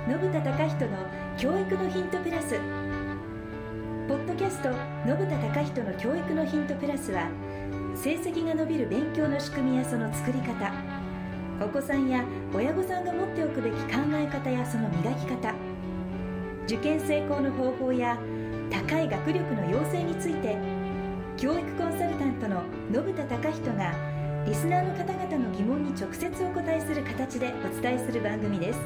信田貴人の教育のヒントプラス。ポッドキャスト信田貴人の教育のヒントプラスは、成績が伸びる勉強の仕組みやその作り方、お子さんや親御さんが持っておくべき考え方やその磨き方、受験成功の方法や高い学力の養成について、教育コンサルタントの信田貴人がリスナーの方々の疑問に直接お答えする形でお伝えする番組です。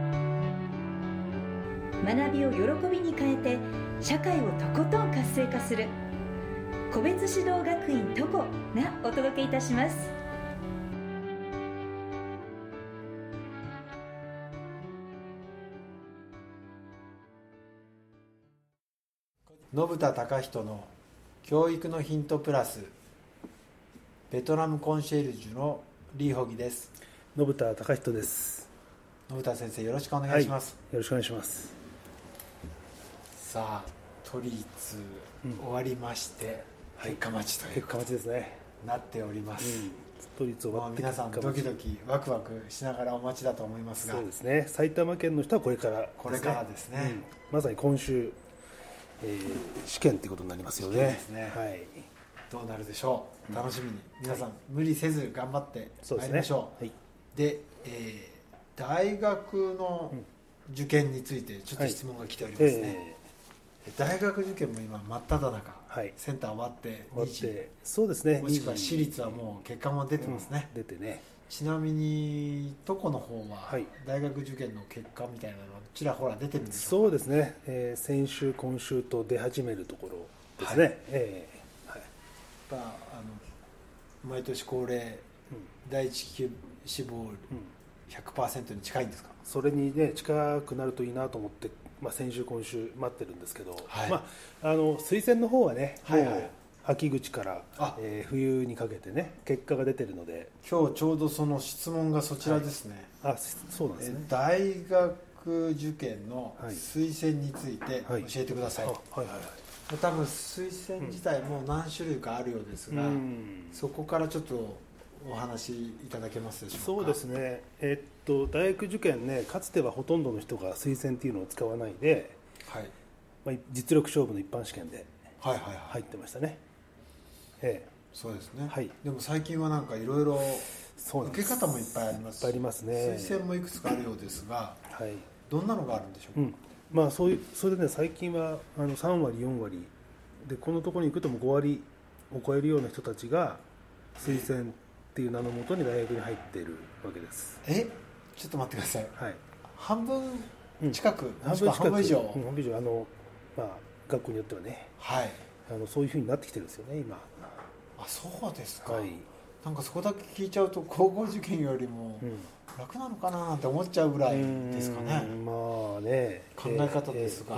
学びを喜びに変えて社会をとことん活性化する個別指導学院トコがお届けいたします。 信田貴人の教育のヒントプラス、ベトナムコンシェルジュのリーホギです。 信田貴人です。 信田先生、よろしくお願いします。 よろしくお願いします。 さあ、都立終わりまして、結果待ちという結果待ちですね。 なっております。 都立終わって皆さんドキドキワクワクしながらお待ちだと思いますが、 そうですね。埼玉県の人はこれからですね。 これからですね。 まさに今週、試験ということになりますよね。 ですね。はい。どうなるでしょう。楽しみに、皆さん無理せず頑張ってまいりましょう。で、大学の受験についてちょっと質問が来ておりますね。大学受験も今真っ只中、センター終わってそうですね。 もしくは私立はもう結果も出てますね。 出てね。 ちなみにトコの方は大学受験の結果みたいなのちらほら出てるんでしょうか。 そうですね。先週今週と出始めるところですね。 毎年恒例、第一志望 100% に近いんですか。 それにね近くなるといいなと思って、先週今週待ってるんですけど、推薦の方はね、秋口から、冬にかけてね結果が出てるので、 今日ちょうどその質問がそちらですね。 そうなんですね。 大学受験の推薦について教えてください。多分推薦自体も何種類かあるようですが、そこからちょっとお話しいただけますでしょうか。 そうですね。大学受験ね、かつてはほとんどの人が推薦っていうのを使わないで、実力勝負の一般試験で入ってましたね。 そうですね。でも最近はなんかいろいろ受け方もいっぱいありますし、推薦もいくつかあるようですが、どんなのがあるんでしょうか。 それでね、最近は3割4割で、このところに行くとも5割を超えるような人たちが推薦っていう名のもとに大学に入っているわけです。 ちょっと待ってください。半分近く、もしくは半分以上、 学校によってはね、そういうふうになってきてるんですよね、今。 そうですか。なんかそこだけ聞いちゃうと高校受験よりも楽なのかななんて思っちゃうぐらいですかね。考え方ですが、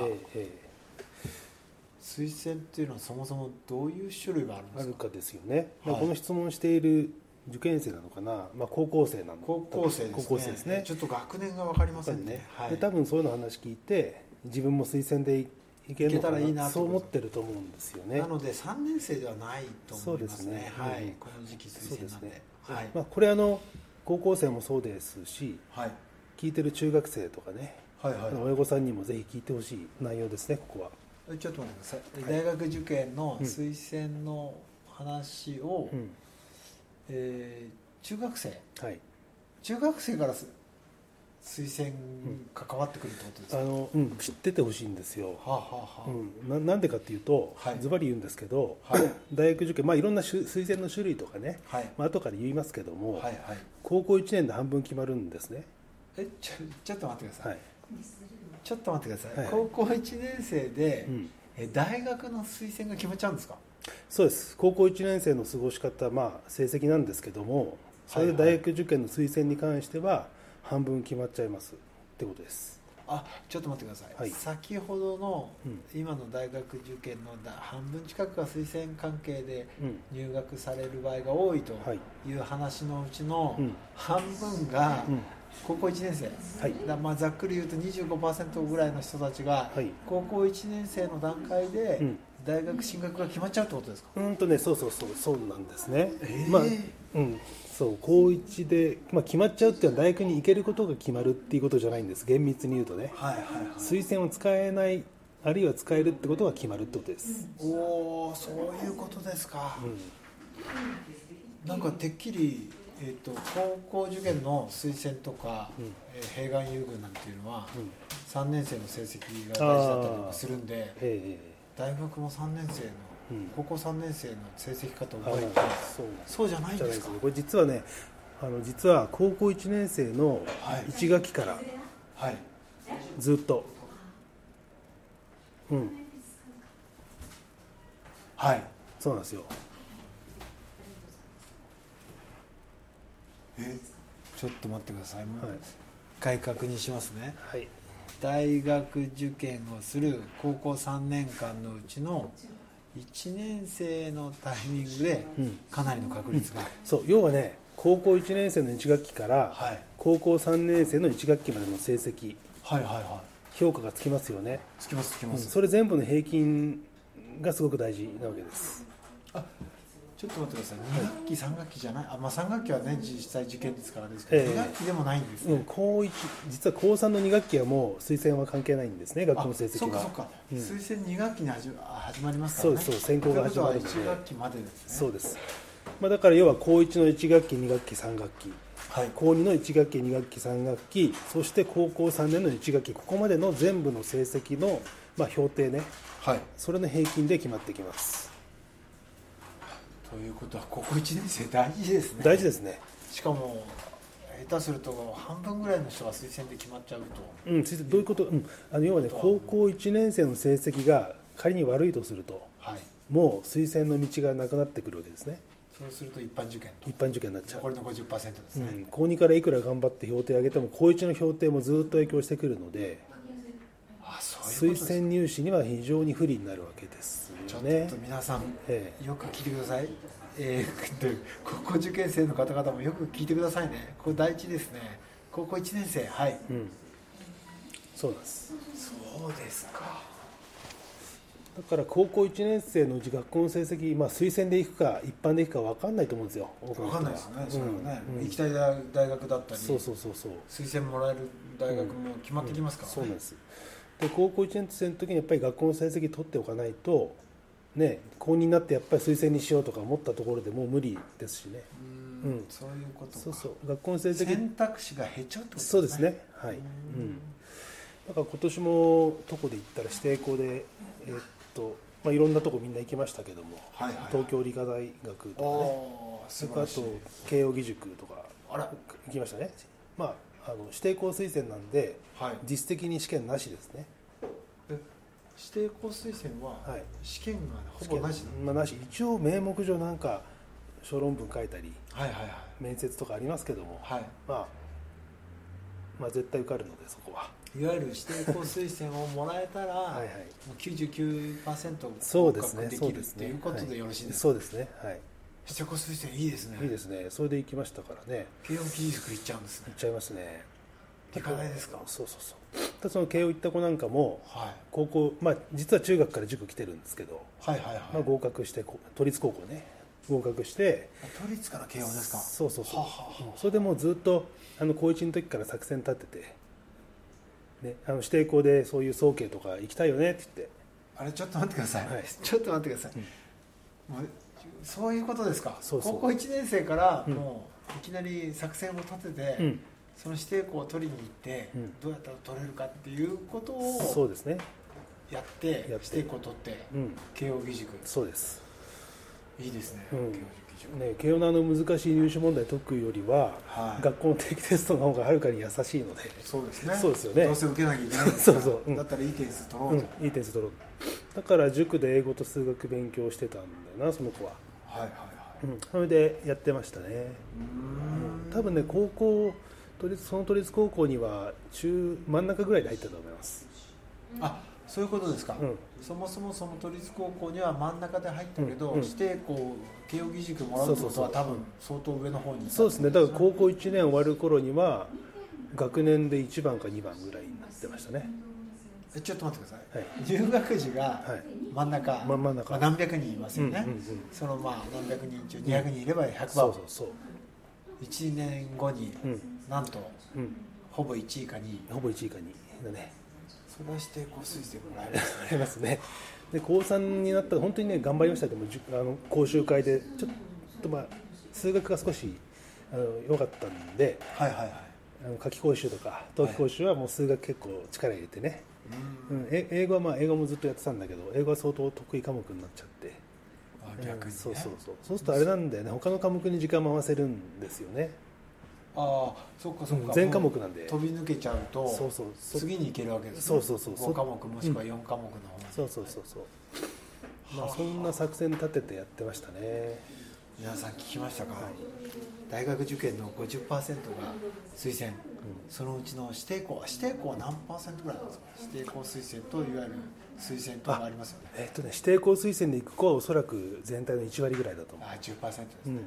推薦っていうのはそもそもどういう種類があるんですか。 あるかですよね。この質問している受験生なのかな、高校生なの。 高校生ですね。ちょっと学年が分かりませんね。 で多分そういうの話聞いて、自分も推薦でいけるのかな、いいなそう思ってると思うんですよね。 なので3年生ではないと思いますね。この時期推薦なんで。 これ高校生もそうですし、聞いてる中学生とかね、親御さんにもぜひ聞いてほしい内容ですね、ここは。 ちょっと待ってください。大学受験の推薦の話を、中学生から推薦関わってくるってことですか。 知っててほしいんですよ。なんでかっていうと、ズバリ言うんですけど、大学受験、いろんな推薦の種類とかね、後から言いますけども、高校1年で半分決まるんですね。 ちょっと待ってください。高校1年生で、大学の推薦が決まっちゃうんですか。 そうです。高校1年生の過ごし方、成績なんですけども、それで大学受験の推薦に関しては半分決まっちゃいますってことです。 ちょっと待ってください。先ほどの、今の大学受験の半分近くが推薦関係で入学される場合が多いという話のうちの半分が高校1年生、ざっくり言うと 25% ぐらいの人たちが高校1年生の段階で大学進学が決まっちゃうってことですか。 そうなんですね。 そう高1で、決まっちゃうっていうのは大学に行けることが決まるっていうことじゃないんです。厳密に言うとね、推薦を使えないあるいは使えるってことが決まるってことです。 おお、そういうことですか。なんかてっきり、高校受験の推薦とか、併願優遇なんていうのは、3年生の成績が大事だったりもするんで、大学も3年生の、高校3年生の成績かと思いきや、そうじゃないんですか。 これ実はね、実は高校1年生の1学期から、ずっと、そうなんですよ。 ちょっと待ってください。一回確認しますね。大学受験をする高校3年間のうちの1年生のタイミングでかなりの確率が、 そう、要はね、高校1年生の1学期から高校3年生の1学期までの成績、評価がつきますよね。 つきます。 それ全部の平均がすごく大事なわけです。 ちょっと待ってください。2学期3学期じゃない、3学期はね実際受験ですからですけど、2学期でもないんですね。 高1、実は高3の2学期はもう推薦は関係ないんですね、学校の成績は。 そうか、推薦2学期に始まりますからね。 そう選考が始まるので。 1学期までですね。 そうです。だから要は高1の1学期2学期3学期、高2の1学期2学期3学期、そして高校3年の1学期、ここまでの全部の成績の、評定ね、それの平均で決まってきます。 ということは高校1年生大事ですね。 大事ですね。 しかも下手すると半分ぐらいの人が推薦で決まっちゃうと、 どういうこと、要はね、高校1年生の成績が仮に悪いとすると、もう推薦の道がなくなってくるわけですね。 そうすると一般受験になっちゃう。 残りの 50% ですね。 高2からいくら頑張って評定上げても高1の評定もずっと影響してくるので、推薦入試には非常に不利になるわけですよね。 ちょっと皆さん、よく聞いてください。高校受験生の方々もよく聞いてくださいね。これ第一ですね。高校1年生、 そうなんです。 そうですか。 だから高校1年生のうち学校の成績、推薦で行くか一般で行くか分かんないと思うんですよ。 分かんないですね。それはね、行きたい大学だったり、推薦もらえる大学も決まってきますからね。 そうなんです。で高校1年生の時にやっぱり学校の成績取っておかないと、高2になってやっぱり推薦にしようとか思ったところでもう無理ですしね。 そういうことか。 学校の成績選択肢が減っちゃうってことですね。 そうですね。だから今年もどこで行ったら指定校でいろんなとこみんな行きましたけども、東京理科大学とかね、あと慶應義塾とか行きましたね。指定校推薦なんで、実質的に試験なしですね。 指定校推薦は試験がほぼなしなし。一応名目上なんか小論文書いたり、面接とかありますけども、絶対受かるのでそこは。 いわゆる指定校推薦をもらえたらもう 99% 合格できるっていうことでよろしいですか。 そうですね。 指定校推薦いいですね。 いいですね。それで行きましたからね。 慶應義塾行っちゃうんですね。 行っちゃいますね。 理科大ですか。 そうその慶応行った子なんかも、高校、実は中学から塾来てるんですけど、合格して都立高校ね合格して、 都立から慶応ですか。 そうそれでもうずっと高1の時から作戦立てて、指定校でそういう早慶とか行きたいよねって言って。 ちょっと待ってください。ちょっと待ってください。もうそういうことですか。高校1年生からもういきなり作戦を立てて、その指定校を取りに行って、どうやったら取れるかっていうことをそうですね。 やって指定校を取って、慶應義塾。 そうです。 いいですね。 慶応の難しい入試問題解くよりは、学校の定期テストの方がはるかに優しいので。 そうですね。 そうですよね。 どうせ受けなきゃいけないですから。だったらいい点数取ろうと。 いい点数取ろう。だから塾で英語と数学勉強してたんだよな、その子は。それでやってましたね。多分ね、高校その都立高校には真ん中ぐらいで入ったと思います。 そういうことですか。そもそもその都立高校には真ん中で入ったけど、指定校慶應義塾もらうことは多分相当上の方に。 そうですね。だから高校1年終わる頃には学年で1番か2番ぐらいになってましたね。 ちょっと待ってください、入学時が真ん中、何百人いますよね、その何百人中200人いれば100番、1年後になんと、ほぼ1位か2位だね。 それは指定校推薦もらえますね。で高3になったら本当にね頑張りましたけど、講習会でちょっと数学が少し良かったんで、夏期講習とか冬季講習はもう数学結構力入れてね、英語は英語もずっとやってたんだけど、英語は相当得意科目になっちゃって、 逆にね、 そうするとあれなんだよね、他の科目に時間回せるんですよね。 そっか全科目なんで飛び抜けちゃうと次に行けるわけですね。5科目もしくは4科目の方に、 そんな作戦立ててやってましたね。 皆さん聞きましたか、大学受験の 50% が推薦、そのうちの指定校は何%ぐらいなんですか。指定校推薦といわゆる推薦とがありますよね。 指定校推薦で行く子はおそらく全体の1割ぐらいだと思う。 10% ですね、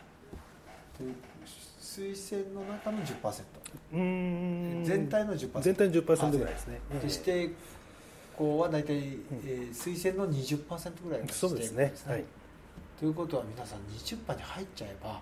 推薦の中の 10%、全体の 10%、 全体の 10% ぐらいですね。 指定校は大体、推薦の 20% ぐらいの指定校ですね。そうですね、ということは皆さん20班に入っちゃえば、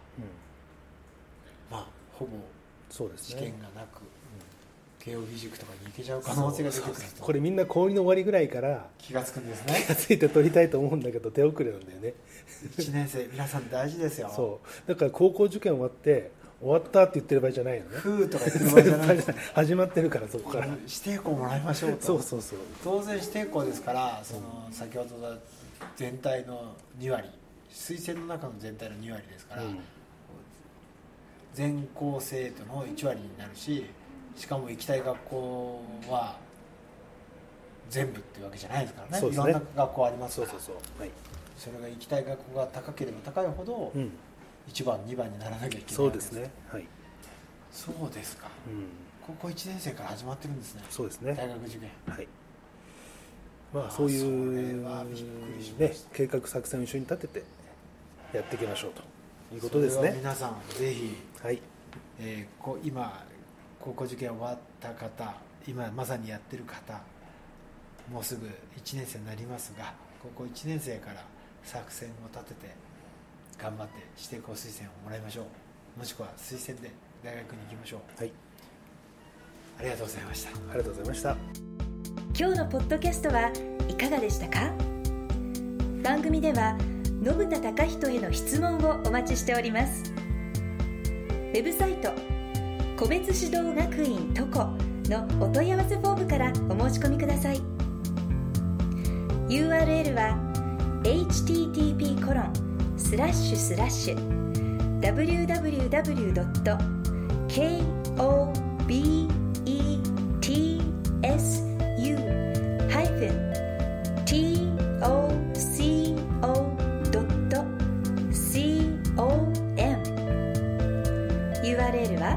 ほぼ試験がなく、慶応義塾とかに行けちゃう可能性が出てくると。 これみんな高2の終わりぐらいから気がつくんですね。 気がついて取りたいと思うんだけど手遅れなんだよね。 1年生皆さん大事ですよ。 そうだから高校受験終わったって言ってる場合じゃないのね。 ふーとか言ってる場合じゃない始まってるから、そこから指定校もらいましょうと。当然指定校ですから、先ほどの全体の2割、推薦の中の全体の2割ですから、全校生徒の1割になるし、しかも行きたい学校は全部っていうわけじゃないですからね。いろんな学校ありますから、それが行きたい学校が高ければ高いほど、1番2番にならなきゃいけない。 そうですね、 そうですか、高校1年生から始まってるんですね。 そうですね、 大学受験。 そういう計画作戦を一緒に立ててやっていきましょうということですね。 それは皆さんぜひ、今高校受験終わった方、今まさにやってる方、もうすぐ1年生になりますが、高校1年生から作戦を立てて頑張って指定校推薦をもらいましょう。もしくは推薦で大学に行きましょう。ありがとうございました。 ありがとうございました。 今日のポッドキャストはいかがでしたか。番組では信田貴人への質問をお待ちしております。ウェブサイト個別指導学院トコのお問い合わせフォームからお申し込みください。 URL は https://www.kobetsu-tsu-com。 URL は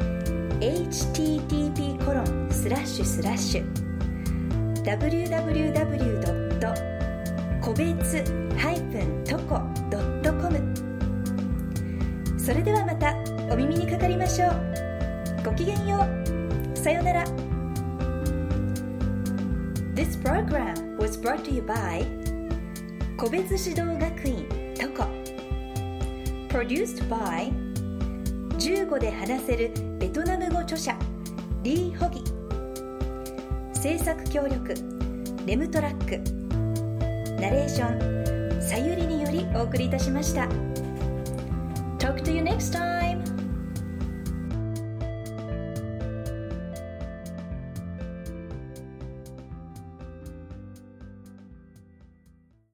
http://www.kobetsu-toko.com。 それではまたお耳にかかりましょう。ごきげんよう。さようなら。This program was brought to you by 個別指導学院トコ。 Produced by 15で話せるベトナム語著者リー・ホギ。制作協力レムトラック。ナレーションさゆりによりお送りいたしました。Talk to you next time.